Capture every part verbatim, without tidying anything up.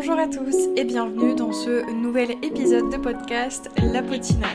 Bonjour à tous et bienvenue dans ce nouvel épisode de podcast La Potinade.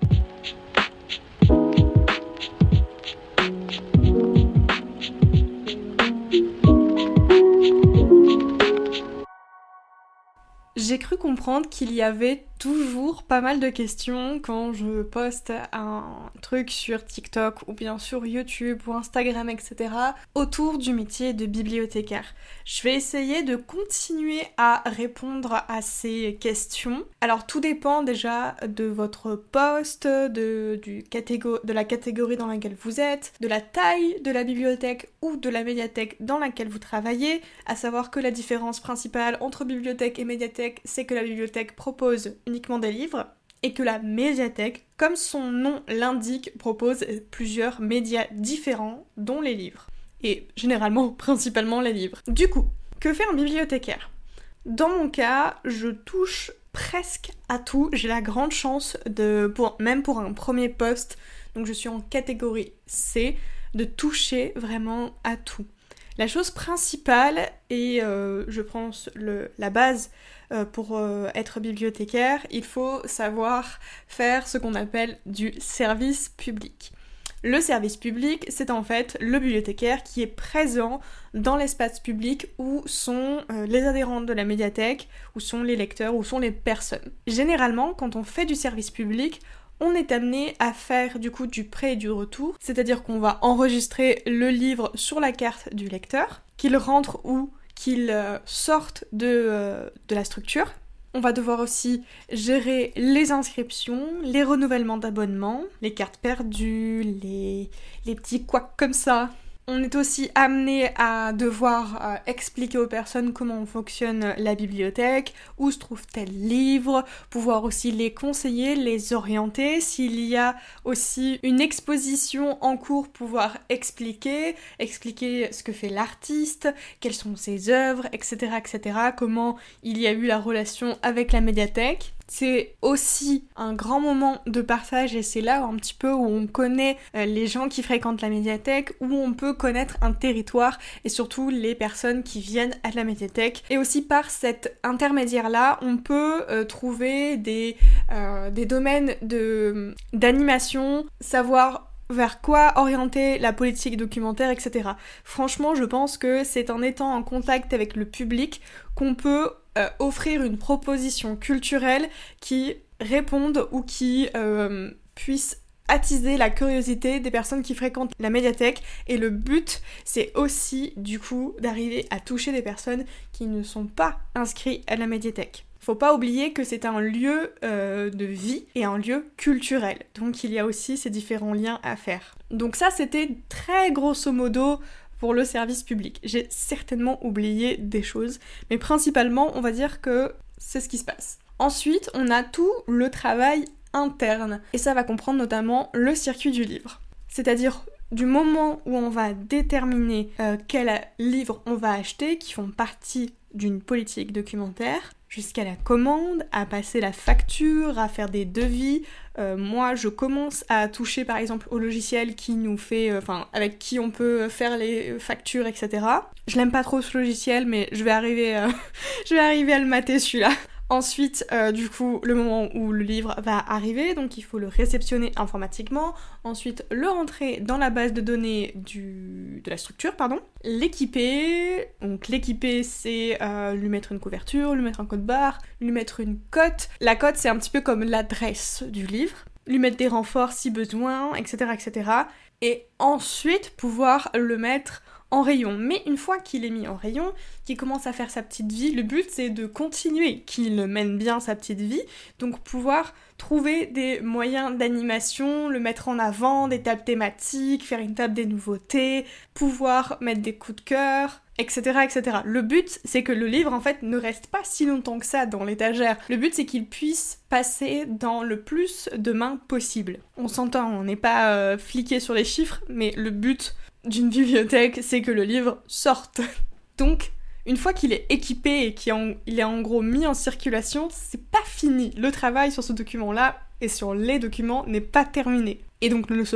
J'ai cru comprendre qu'il y avait toujours pas mal de questions quand je poste un truc sur TikTok ou bien sur YouTube ou Instagram, et cetera autour du métier de bibliothécaire. Je vais essayer de continuer à répondre à ces questions. Alors tout dépend déjà de votre poste, de, du catégo- de la catégorie dans laquelle vous êtes, de la taille de la bibliothèque ou de la médiathèque dans laquelle vous travaillez, à savoir que la différence principale entre bibliothèque et médiathèque, c'est que la bibliothèque propose uniquement des livres et que la médiathèque, comme son nom l'indique, propose plusieurs médias différents, dont les livres. Et généralement, principalement les livres. Du coup, que fait un bibliothécaire ? Dans mon cas, je touche presque à tout. J'ai la grande chance, de, pour, même pour un premier poste, donc je suis en catégorie C, de toucher vraiment à tout. La chose principale, et euh, je pense le, la base euh, pour euh, être bibliothécaire, il faut savoir faire ce qu'on appelle du service public. Le service public, c'est en fait le bibliothécaire qui est présent dans l'espace public où sont euh, les adhérents de la médiathèque, où sont les lecteurs, où sont les personnes. Généralement, quand on fait du service public, on est amené à faire du coup du prêt et du retour, c'est-à-dire qu'on va enregistrer le livre sur la carte du lecteur, qu'il rentre ou qu'il euh, sorte de, euh, de la structure. On va devoir aussi gérer les inscriptions, les renouvellements d'abonnements, les cartes perdues, les, les petits couacs comme ça. On est aussi amené à devoir euh, expliquer aux personnes comment fonctionne la bibliothèque, où se trouve tel livre, pouvoir aussi les conseiller, les orienter. S'il y a aussi une exposition en cours, pouvoir expliquer, expliquer ce que fait l'artiste, quelles sont ses œuvres, et cetera, et cetera. Comment il y a eu la relation avec la médiathèque. C'est aussi un grand moment de partage et c'est là un petit peu où on connaît euh, les gens qui fréquentent la médiathèque, où on peut connaître un territoire et surtout les personnes qui viennent à la médiathèque. Et aussi par cet intermédiaire-là, on peut euh, trouver des, euh, des domaines de, d'animation, savoir vers quoi orienter la politique documentaire, et cetera. Franchement, je pense que c'est en étant en contact avec le public qu'on peut Euh, offrir une proposition culturelle qui réponde ou qui euh, puisse attiser la curiosité des personnes qui fréquentent la médiathèque. Et le but, c'est aussi du coup d'arriver à toucher des personnes qui ne sont pas inscrites à la médiathèque. Faut pas oublier que c'est un lieu euh, de vie et un lieu culturel. Donc il y a aussi ces différents liens à faire. Donc ça, c'était très grosso modo pour le service public. J'ai certainement oublié des choses, mais principalement, on va dire que c'est ce qui se passe. Ensuite, on a tout le travail interne, et ça va comprendre notamment le circuit du livre. C'est-à-dire du moment où on va déterminer euh, quel livre on va acheter, qui font partie d'une politique documentaire, jusqu'à la commande, à passer la facture, à faire des devis. Euh, moi, je commence à toucher par exemple au logiciel qui nous fait, enfin, euh, avec qui on peut faire les factures, et cetera. Je l'aime pas trop ce logiciel, mais je vais arriver, euh, je vais arriver à le mater celui-là. Ensuite, euh, du coup, le moment où le livre va arriver, donc il faut le réceptionner informatiquement, ensuite le rentrer dans la base de données du... de la structure, pardon, l'équiper, donc l'équiper c'est euh, lui mettre une couverture, lui mettre un code barre, lui mettre une cote. La cote c'est un petit peu comme l'adresse du livre, lui mettre des renforts si besoin, et cetera, et cetera. Et ensuite pouvoir le mettre en rayon. Mais une fois qu'il est mis en rayon, qu'il commence à faire sa petite vie, le but c'est de continuer, qu'il mène bien sa petite vie, donc pouvoir trouver des moyens d'animation, le mettre en avant, des tables thématiques, faire une table des nouveautés, pouvoir mettre des coups de cœur, et cetera, et cetera. Le but, c'est que le livre, en fait, ne reste pas si longtemps que ça dans l'étagère. Le but, c'est qu'il puisse passer dans le plus de mains possible. On s'entend, on n'est pas euh, fliqué sur les chiffres, mais le but d'une bibliothèque, c'est que le livre sorte. Donc, une fois qu'il est équipé et qu'il est en gros mis en circulation, c'est pas fini. Le travail sur ce document-là et sur les documents n'est pas terminé. Et donc ne le sera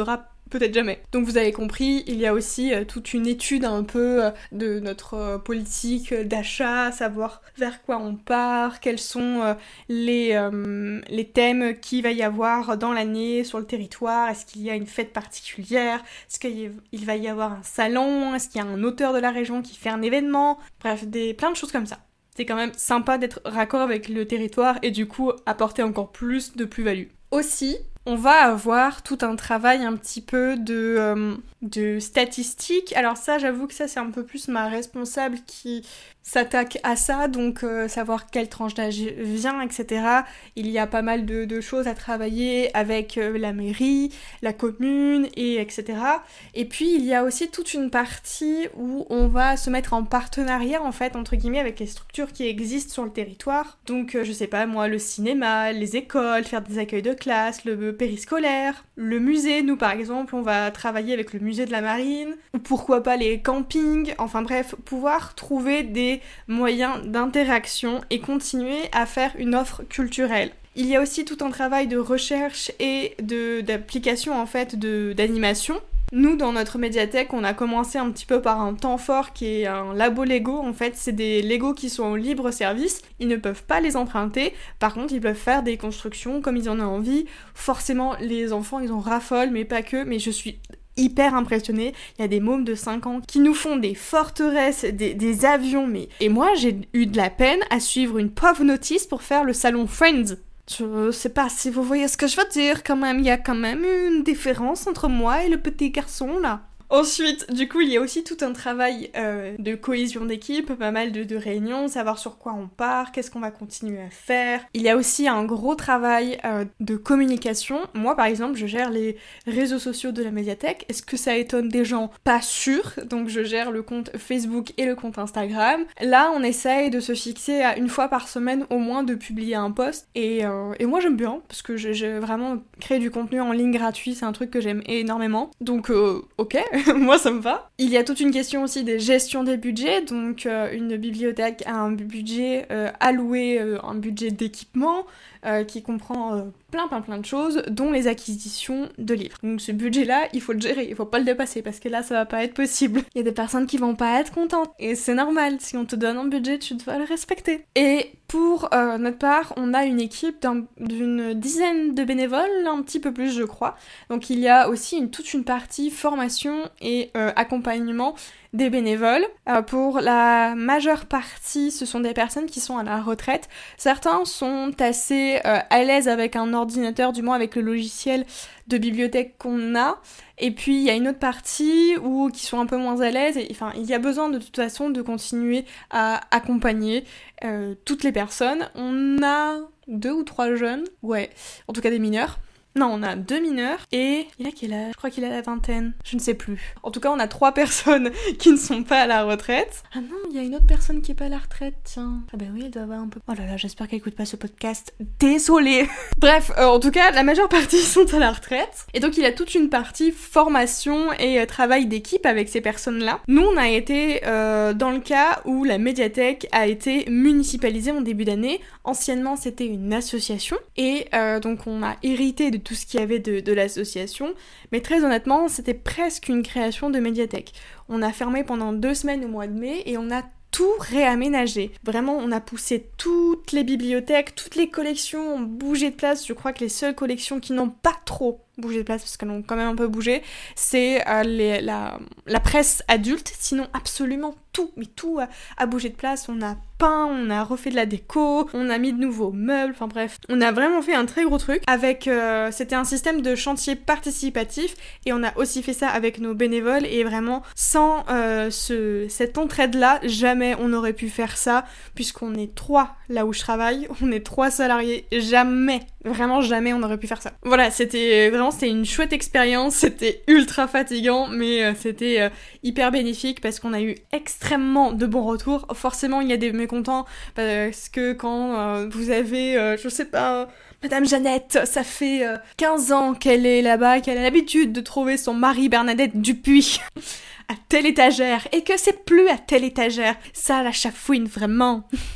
peut-être jamais. Donc vous avez compris, il y a aussi euh, toute une étude un peu euh, de notre euh, politique d'achat, savoir vers quoi on part, quels sont euh, les, euh, les thèmes qu'il va y avoir dans l'année sur le territoire, est-ce qu'il y a une fête particulière, est-ce qu'il va y avoir un salon, est-ce qu'il y a un auteur de la région qui fait un événement, bref, des, plein de choses comme ça. C'est quand même sympa d'être raccord avec le territoire et du coup apporter encore plus de plus-value. Aussi, on va avoir tout un travail un petit peu de, euh, de statistiques. Alors ça, j'avoue que ça, c'est un peu plus ma responsable qui s'attaque à ça, donc euh, savoir quelle tranche d'âge vient, et cetera. Il y a pas mal de, de choses à travailler avec euh, la mairie, la commune, et etc. Et puis, il y a aussi toute une partie où on va se mettre en partenariat, en fait, entre guillemets, avec les structures qui existent sur le territoire. Donc, euh, je sais pas, moi, le cinéma, les écoles, faire des accueils de classe, le périscolaire, le musée. Nous, par exemple, on va travailler avec le musée de la marine, ou pourquoi pas les campings, enfin bref, pouvoir trouver des moyens d'interaction et continuer à faire une offre culturelle. Il y a aussi tout un travail de recherche et de, d'application en fait de, d'animation. Nous, dans notre médiathèque, on a commencé un petit peu par un temps fort qui est un labo Lego. En fait, c'est des Lego qui sont en libre service. Ils ne peuvent pas les emprunter. Par contre, ils peuvent faire des constructions comme ils en ont envie. Forcément, les enfants, ils en raffolent, mais pas que. Mais je suis hyper impressionnée. Il y a des mômes de cinq ans qui nous font des forteresses, des, des avions, mais... Et moi, j'ai eu de la peine à suivre une pauvre notice pour faire le salon Friends. Je sais pas si vous voyez ce que je veux dire, quand même, il y a quand même une différence entre moi et le petit garçon, là. Ensuite, du coup, il y a aussi tout un travail euh, de cohésion d'équipe, pas mal de, de réunions, savoir sur quoi on part, qu'est-ce qu'on va continuer à faire. Il y a aussi un gros travail euh, de communication. Moi, par exemple, je gère les réseaux sociaux de la médiathèque. Est-ce que ça étonne des gens? Pas sûr. Donc, je gère le compte Facebook et le compte Instagram. Là, on essaye de se fixer à une fois par semaine au moins de publier un post. Et, euh, et moi, j'aime bien, parce que j'ai, j'ai vraiment créé du contenu en ligne gratuit. C'est un truc que j'aime énormément. Donc, euh, ok. Moi ça me va. Il y a toute une question aussi des gestions des budgets, donc euh, une bibliothèque a un budget euh, alloué, euh, un budget d'équipement euh, qui comprend euh, plein plein plein de choses, dont les acquisitions de livres. Donc ce budget-là, il faut le gérer, il faut pas le dépasser parce que là ça va pas être possible. Il y a des personnes qui vont pas être contentes et c'est normal, si on te donne un budget, tu dois le respecter. Et pour euh, notre part, on a une équipe d'un, d'une dizaine de bénévoles, un petit peu plus je crois. Donc il y a aussi une, toute une partie formation et euh, accompagnement des bénévoles. Euh, pour la majeure partie, ce sont des personnes qui sont à la retraite. Certains sont assez euh, à l'aise avec un ordinateur, du moins avec le logiciel de bibliothèque qu'on a. Et puis il y a une autre partie où qui sont un peu moins à l'aise. Et, enfin, il y a besoin de toute façon de continuer à accompagner euh, toutes les personnes. On a deux ou trois jeunes, ouais, en tout cas des mineurs. Non, on a deux mineurs et il a quel âge? Je crois qu'il a la vingtaine, je ne sais plus. En tout cas, on a trois personnes qui ne sont pas à la retraite. Ah non, il y a une autre personne qui est pas à la retraite, tiens. Ah bah oui, elle doit avoir un peu... Oh là là, j'espère qu'elle écoute pas ce podcast. Désolée. Bref, euh, en tout cas, la majeure partie sont à la retraite. Et donc, il y a toute une partie formation et euh, travail d'équipe avec ces personnes-là. Nous, on a été euh, dans le cas où la médiathèque a été municipalisée en début d'année. Anciennement, c'était une association. Et euh, donc, on a hérité de tout ce qu'il y avait de, de l'association, mais très honnêtement, c'était presque une création de médiathèque. On a fermé pendant deux semaines au mois de mai et on a tout réaménagé. Vraiment, on a poussé toutes les bibliothèques, toutes les collections ont bougé de place. Je crois que les seules collections qui n'ont pas trop bougé de place, parce qu'elles ont quand même un peu bougé, c'est euh, les, la, la presse adulte. Sinon, absolument tout, mais tout a, a bougé de place. On a peint, on a refait de la déco, on a mis de nouveaux meubles, enfin bref. On a vraiment fait un très gros truc avec... Euh, c'était un système de chantier participatif et on a aussi fait ça avec nos bénévoles et vraiment, sans euh, ce, cette entraide-là, jamais on aurait pu faire ça puisqu'on est trois là où je travaille, on est trois salariés, jamais, vraiment jamais on aurait pu faire ça. Voilà, c'était vraiment c'était une chouette expérience, c'était ultra fatigant mais euh, c'était euh, hyper bénéfique parce qu'on a eu extrêmement de bons retours. Forcément, il y a des mécontents parce que quand euh, vous avez, euh, je sais pas, Madame Jeannette, ça fait euh, quinze ans qu'elle est là-bas, qu'elle a l'habitude de trouver son mari Bernadette Dupuis à telle étagère et que c'est plus à telle étagère. Ça la chafouine vraiment.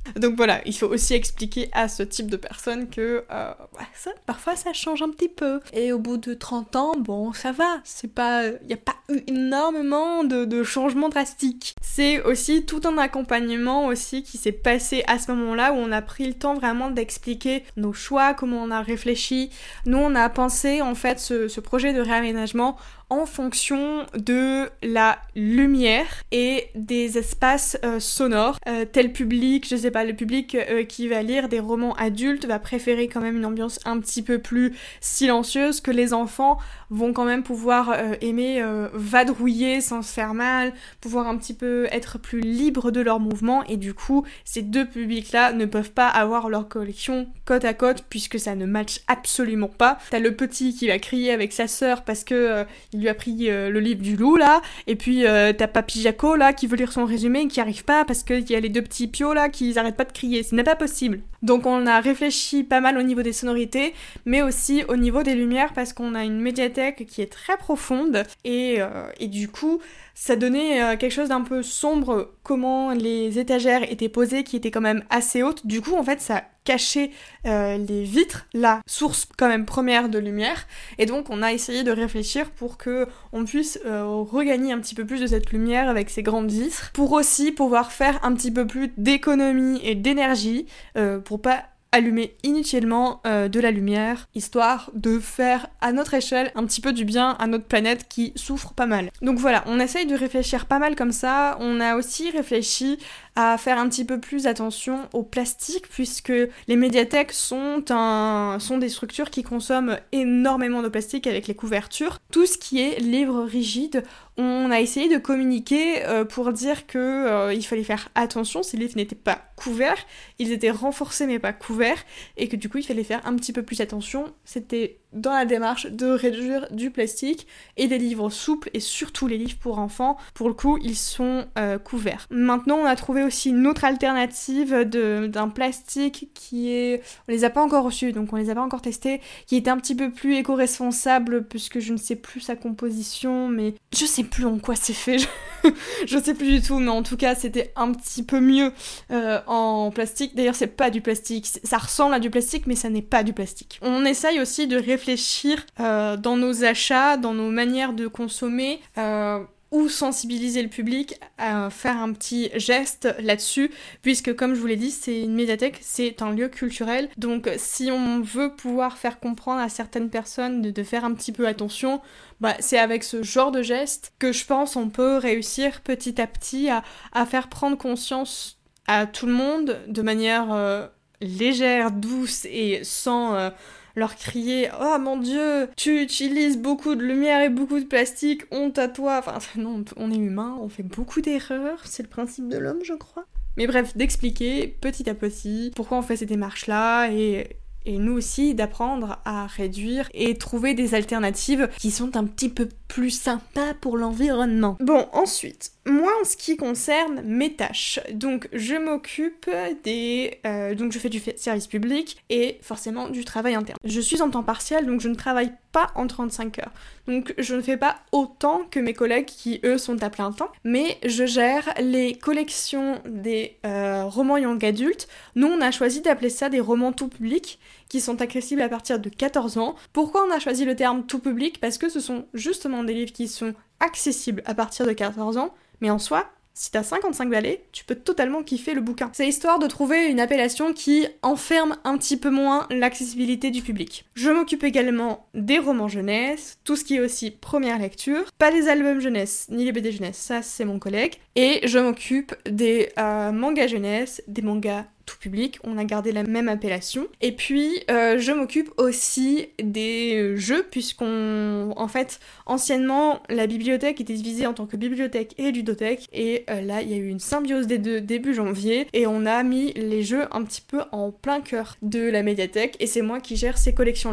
Donc voilà, il faut aussi expliquer à ce type de personnes que euh, ouais, ça, parfois ça change un petit peu. Et au bout de trente ans, bon, ça va, c'est pas, il n'y a pas eu énormément de, de changements drastiques. C'est aussi tout un accompagnement aussi qui s'est passé à ce moment-là où on a pris le temps vraiment d'expliquer nos choix, comment on a réfléchi. Nous, on a pensé en fait ce, ce projet de réaménagement en fonction de la lumière et des espaces euh, sonores. Euh, tel public, je sais pas, le public euh, qui va lire des romans adultes va préférer quand même une ambiance un petit peu plus silencieuse, que les enfants vont quand même pouvoir euh, aimer euh, vadrouiller sans se faire mal, pouvoir un petit peu être plus libres de leurs mouvements, et du coup, ces deux publics-là ne peuvent pas avoir leur collection côte à côte puisque ça ne matche absolument pas. T'as le petit qui va crier avec sa sœur parce que euh, il lui a pris euh, le livre du loup là, et puis euh, t'as Papy Jaco là qui veut lire son résumé et qui arrive pas parce qu'il y a les deux petits pios là qui arrêtent pas de crier, ce n'est pas possible. Donc on a réfléchi pas mal au niveau des sonorités, mais aussi au niveau des lumières parce qu'on a une médiathèque qui est très profonde et, euh, et du coup ça donnait euh, quelque chose d'un peu sombre, comment les étagères étaient posées qui étaient quand même assez hautes. Du coup en fait ça cachait euh, les vitres, la source quand même première de lumière, et donc on a essayé de réfléchir pour que on puisse euh, regagner un petit peu plus de cette lumière avec ces grandes vitres, pour aussi pouvoir faire un petit peu plus d'économie et d'énergie, euh, pour pas allumer inutilement euh, de la lumière, histoire de faire à notre échelle un petit peu du bien à notre planète qui souffre pas mal. Donc voilà, on essaye de réfléchir pas mal comme ça. On a aussi réfléchi à faire un petit peu plus attention au plastique, puisque les médiathèques sont, un, sont des structures qui consomment énormément de plastique avec les couvertures. Tout ce qui est livre rigide, on a essayé de communiquer euh, pour dire que euh, il fallait faire attention, ces livres n'étaient pas couverts, ils étaient renforcés mais pas couverts, et que du coup il fallait faire un petit peu plus attention. C'était dans la démarche de réduire du plastique, et des livres souples, et surtout les livres pour enfants, pour le coup ils sont euh, couverts. Maintenant on a trouvé aussi une autre alternative de, d'un plastique qui est... On les a pas encore reçus, donc on les a pas encore testés, qui est un petit peu plus éco-responsable, puisque je ne sais plus sa composition, mais je sais plus en quoi c'est fait, je, je sais plus du tout, mais en tout cas c'était un petit peu mieux euh, en plastique. D'ailleurs c'est pas du plastique, ça ressemble à du plastique, mais ça n'est pas du plastique. On essaye aussi de réfléchir euh, dans nos achats, dans nos manières de consommer, euh, ou sensibiliser le public à faire un petit geste là-dessus, puisque comme je vous l'ai dit, c'est une médiathèque, c'est un lieu culturel, donc si on veut pouvoir faire comprendre à certaines personnes de, de faire un petit peu attention, bah, c'est avec ce genre de geste que je pense on peut réussir petit à petit à, à faire prendre conscience à tout le monde de manière euh, légère, douce et sans... Euh, leur crier « Oh mon dieu, tu utilises beaucoup de lumière et beaucoup de plastique, honte à toi !» Enfin non, on est humain, on fait beaucoup d'erreurs, c'est le principe de l'homme je crois. Mais bref, d'expliquer petit à petit pourquoi on fait ces démarches-là, et... et nous aussi d'apprendre à réduire et trouver des alternatives qui sont un petit peu plus sympas pour l'environnement. Bon, ensuite, moi en ce qui concerne mes tâches, donc je m'occupe des... Euh, donc je fais du service public et forcément du travail interne. Je suis en temps partiel, donc je ne travaille pas en trente-cinq heures. Donc je ne fais pas autant que mes collègues qui eux sont à plein temps, mais je gère les collections des euh, romans young adultes. Nous on a choisi d'appeler ça des romans tout public, qui sont accessibles à partir de quatorze ans. Pourquoi on a choisi le terme tout public ? Parce que ce sont justement des livres qui sont accessibles à partir de quatorze ans, mais en soi, si t'as cinquante-cinq balais, tu peux totalement kiffer le bouquin. C'est histoire de trouver une appellation qui enferme un petit peu moins l'accessibilité du public. Je m'occupe également des romans jeunesse, tout ce qui est aussi première lecture, pas les albums jeunesse, ni les B D jeunesse, ça c'est mon collègue, et je m'occupe des euh, mangas jeunesse, des mangas tout public, on a gardé la même appellation. Et puis, euh, je m'occupe aussi des jeux, puisqu'on... En fait, anciennement, la bibliothèque était divisée en tant que bibliothèque et ludothèque, et euh, là, il y a eu une symbiose des deux début janvier, et on a mis les jeux un petit peu en plein cœur de la médiathèque, et c'est moi qui gère ces collections-là.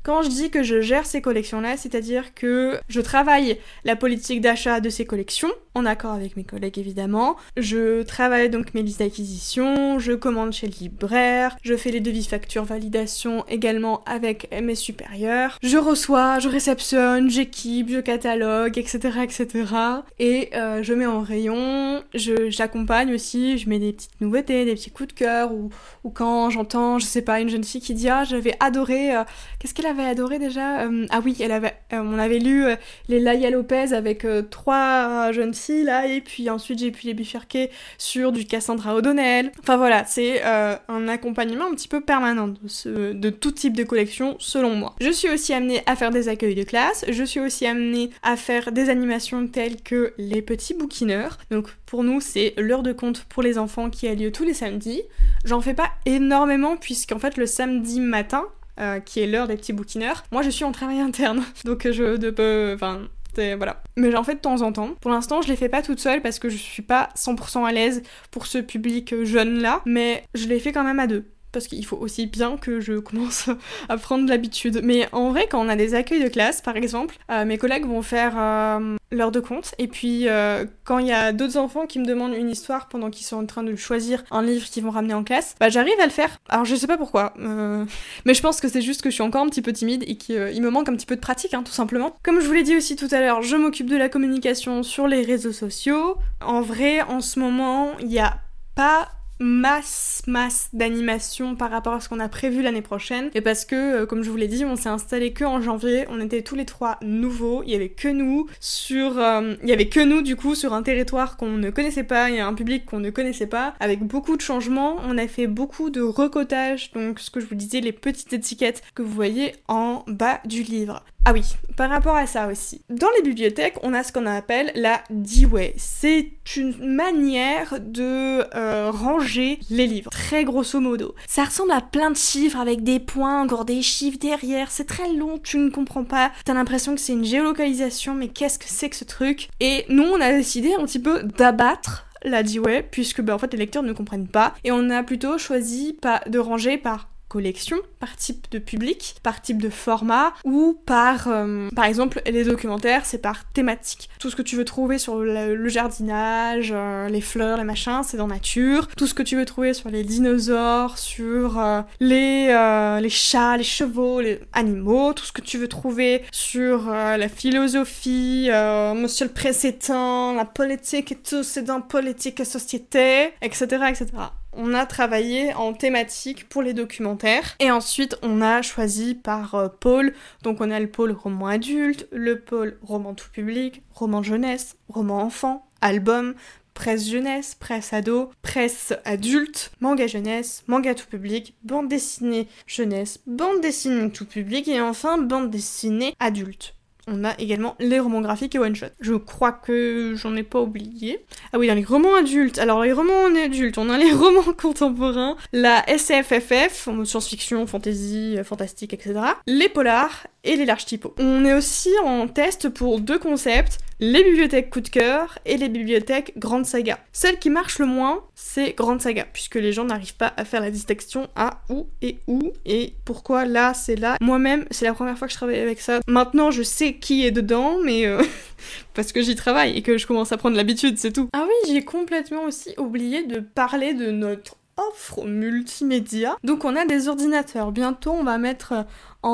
Quand je dis que je gère ces collections-là, c'est-à-dire que je travaille la politique d'achat de ces collections, en accord avec mes collègues évidemment, je travaille donc mes listes d'acquisition, je commande chez le libraire, je fais les devis factures validation également avec mes supérieurs, je reçois, je réceptionne, j'équipe, je catalogue, et cetera et cetera. Et euh, je mets en rayon, je, j'accompagne aussi, je mets des petites nouveautés, des petits coups de cœur, ou, ou quand j'entends, je sais pas, une jeune fille qui dit « Ah, j'avais adoré... Euh, » Qu'est-ce qu'elle avait adoré déjà euh, Ah oui, elle avait, euh, on avait lu euh, les Laïa Lopez avec euh, trois jeunes filles là, et puis ensuite j'ai pu les bifurquer sur du Cassandra O'Donnell. Enfin voilà, c'est euh, un accompagnement un petit peu permanent de, ce, de tout type de collection selon moi. Je suis aussi amenée à faire des accueils de classe, je suis aussi amenée à faire des animations telles que les petits bouquineurs. Donc pour nous c'est l'heure de compte pour les enfants qui a lieu tous les samedis. J'en fais pas énormément puisqu'en fait le samedi matin, Euh, qui est l'heure des petits bouquineurs. Moi, je suis en travail interne, donc je ne peux... Enfin, c'est... voilà. Mais j'en fais de temps en temps. Pour l'instant, je les fais pas toute seule parce que je suis pas cent pour cent à l'aise pour ce public jeune-là, mais je les fais quand même à deux. Parce qu'il faut aussi bien que je commence à prendre l'habitude. Mais en vrai, quand on a des accueils de classe, par exemple, euh, mes collègues vont faire euh, l'heure de compte, et puis euh, quand il y a d'autres enfants qui me demandent une histoire pendant qu'ils sont en train de choisir un livre qu'ils vont ramener en classe, bah j'arrive à le faire. Alors je sais pas pourquoi, euh... mais je pense que c'est juste que je suis encore un petit peu timide et qu'il euh, me manque un petit peu de pratique, hein, tout simplement. Comme je vous l'ai dit aussi tout à l'heure, je m'occupe de la communication sur les réseaux sociaux. En vrai, en ce moment, il y a pas masse, masse d'animation par rapport à ce qu'on a prévu l'année prochaine, et parce que, euh, comme je vous l'ai dit, on s'est installé que en janvier, on était tous les trois nouveaux, il y avait que nous sur, euh, il y avait que nous du coup sur un territoire qu'on ne connaissait pas, il y a un public qu'on ne connaissait pas, avec beaucoup de changements, on a fait beaucoup de recotage, donc ce que je vous disais, les petites étiquettes que vous voyez en bas du livre. Ah oui, par rapport à ça aussi. Dans les bibliothèques, on a ce qu'on appelle la D-Way. C'est une manière de euh, ranger les livres, très grosso modo. Ça ressemble à plein de chiffres avec des points, encore des chiffres derrière. C'est très long, tu ne comprends pas. T'as l'impression que c'est une géolocalisation, mais qu'est-ce que c'est que ce truc? Et nous, on a décidé un petit peu d'abattre la D-Way, puisque bah, en fait les lecteurs ne comprennent pas. Et on a plutôt choisi pas de ranger par collection, par type de public, par type de format, ou par, euh, par exemple, les documentaires, c'est par thématique. Tout ce que tu veux trouver sur le, le jardinage, euh, les fleurs, les machins, c'est dans nature. Tout ce que tu veux trouver sur les dinosaures, sur euh, les, euh, les chats, les chevaux, les animaux, tout ce que tu veux trouver sur euh, la philosophie, euh, Monsieur le Président, la politique et tout, c'est dans politique et société, et cetera, et cetera. On a travaillé en thématique pour les documentaires, et ensuite on a choisi par euh, pôle. Donc on a le pôle roman adulte, le pôle roman tout public, roman jeunesse, roman enfant, album, presse jeunesse, presse ado, presse adulte, manga jeunesse, manga tout public, bande dessinée jeunesse, bande dessinée tout public, et enfin bande dessinée adulte. On a également les romans graphiques et one-shot. Je crois que j'en ai pas oublié. Ah oui, dans les romans adultes. Alors, les romans adultes, on a les romans contemporains, la S F F F, science-fiction, fantasy, fantastique, et cetera. Les polars et les larges typos. On est aussi en test pour deux concepts, les bibliothèques coup de cœur et les bibliothèques grande saga. Celle qui marche le moins, c'est grande saga, puisque les gens n'arrivent pas à faire la distinction à où et où, et pourquoi là, c'est là. Moi-même, c'est la première fois que je travaille avec ça. Maintenant, je sais qui est dedans, mais euh, parce que j'y travaille et que je commence à prendre l'habitude, c'est tout. Ah oui, j'ai complètement aussi oublié de parler de notre offre multimédia. Donc on a des ordinateurs. Bientôt, on va mettre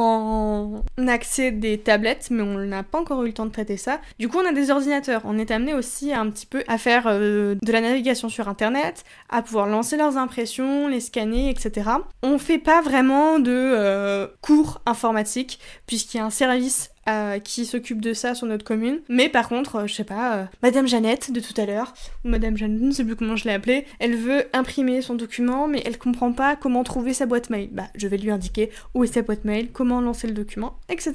en accès des tablettes, mais on n'a pas encore eu le temps de traiter ça. Du coup, on a des ordinateurs. On est amené aussi un petit peu à faire euh, de la navigation sur Internet, à pouvoir lancer leurs impressions, les scanner, et cetera. On fait pas vraiment de euh, cours informatiques, puisqu'il y a un service euh, qui s'occupe de ça sur notre commune. Mais par contre, euh, je sais pas, euh, Madame Jeannette de tout à l'heure, ou Madame Jeannette, je ne sais plus comment je l'ai appelée, elle veut imprimer son document, mais elle comprend pas comment trouver sa boîte mail. Bah, je vais lui indiquer où est sa boîte mail, comment lancer le document, et cetera.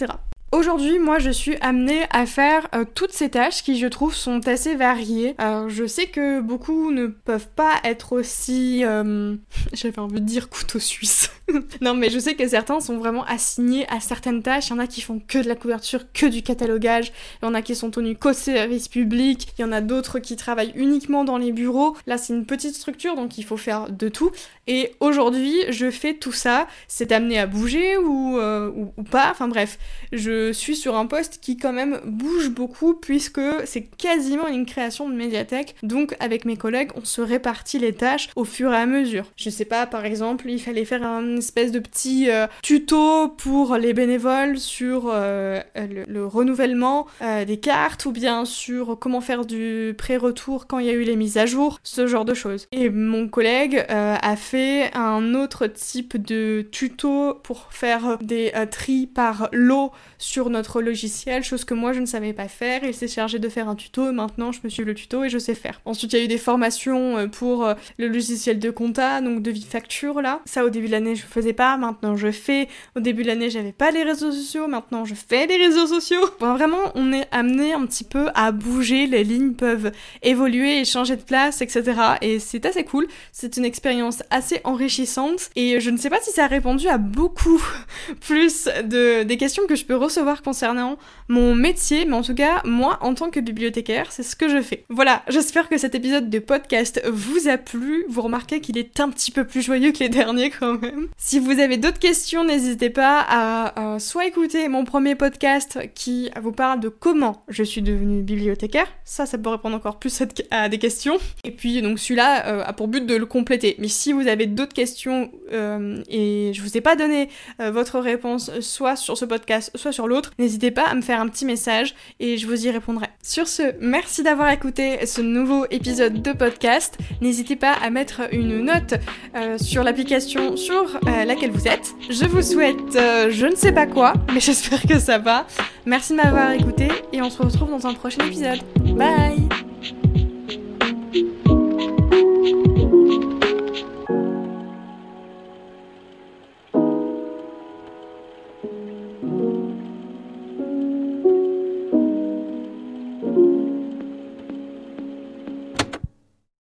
Aujourd'hui, moi, je suis amenée à faire euh, toutes ces tâches qui, je trouve, sont assez variées. Alors, je sais que beaucoup ne peuvent pas être aussi... Euh... J'avais envie de dire couteau suisse. Non, mais je sais que certains sont vraiment assignés à certaines tâches. Il y en a qui font que de la couverture, que du catalogage. Il y en a qui sont tenus qu'au service public. Il y en a d'autres qui travaillent uniquement dans les bureaux. Là, c'est une petite structure, donc il faut faire de tout. Et aujourd'hui, je fais tout ça. C'est amené à bouger ou, euh, ou, ou pas. Enfin bref, je suis sur un poste qui quand même bouge beaucoup puisque c'est quasiment une création de médiathèque. Donc avec mes collègues, on se répartit les tâches au fur et à mesure. Je sais pas, par exemple, il fallait faire un espèce de petit euh, tuto pour les bénévoles sur euh, le, le renouvellement euh, des cartes ou bien sur comment faire du pré-retour quand il y a eu les mises à jour, ce genre de choses. Et mon collègue euh, a fait un autre type de tuto pour faire des euh, tris par lot sur notre logiciel, chose que moi je ne savais pas faire. Il s'est chargé de faire un tuto, maintenant je me suis le tuto et je sais faire. Ensuite il y a eu des formations pour le logiciel de compta, donc de facture là. Ça au début de l'année je faisais pas, maintenant je fais. Au début de l'année j'avais pas les réseaux sociaux, maintenant je fais les réseaux sociaux. Bon, vraiment on est amené un petit peu à bouger, les lignes peuvent évoluer et changer de place, et cetera. Et c'est assez cool, c'est une expérience assez enrichissante et je ne sais pas si ça a répondu à beaucoup plus de, des questions que je peux recevoir concernant mon métier, mais en tout cas, moi, en tant que bibliothécaire, c'est ce que je fais. Voilà, j'espère que cet épisode de podcast vous a plu. Vous remarquez qu'il est un petit peu plus joyeux que les derniers quand même. Si vous avez d'autres questions, n'hésitez pas à, à soit écouter mon premier podcast qui vous parle de comment je suis devenue bibliothécaire. Ça, ça peut répondre encore plus à des questions. Et puis, donc celui-là euh, a pour but de le compléter. Mais si vous avez d'autres questions euh, et je vous ai pas donné euh, votre réponse, soit sur ce podcast, soit sur l'autre, n'hésitez pas à me faire un petit message et je vous y répondrai. Sur ce, merci d'avoir écouté ce nouveau épisode de podcast. N'hésitez pas à mettre une note euh, sur l'application sur euh, laquelle vous êtes. Je vous souhaite euh, je ne sais pas quoi, mais j'espère que ça va. Merci de m'avoir écouté et on se retrouve dans un prochain épisode. Bye!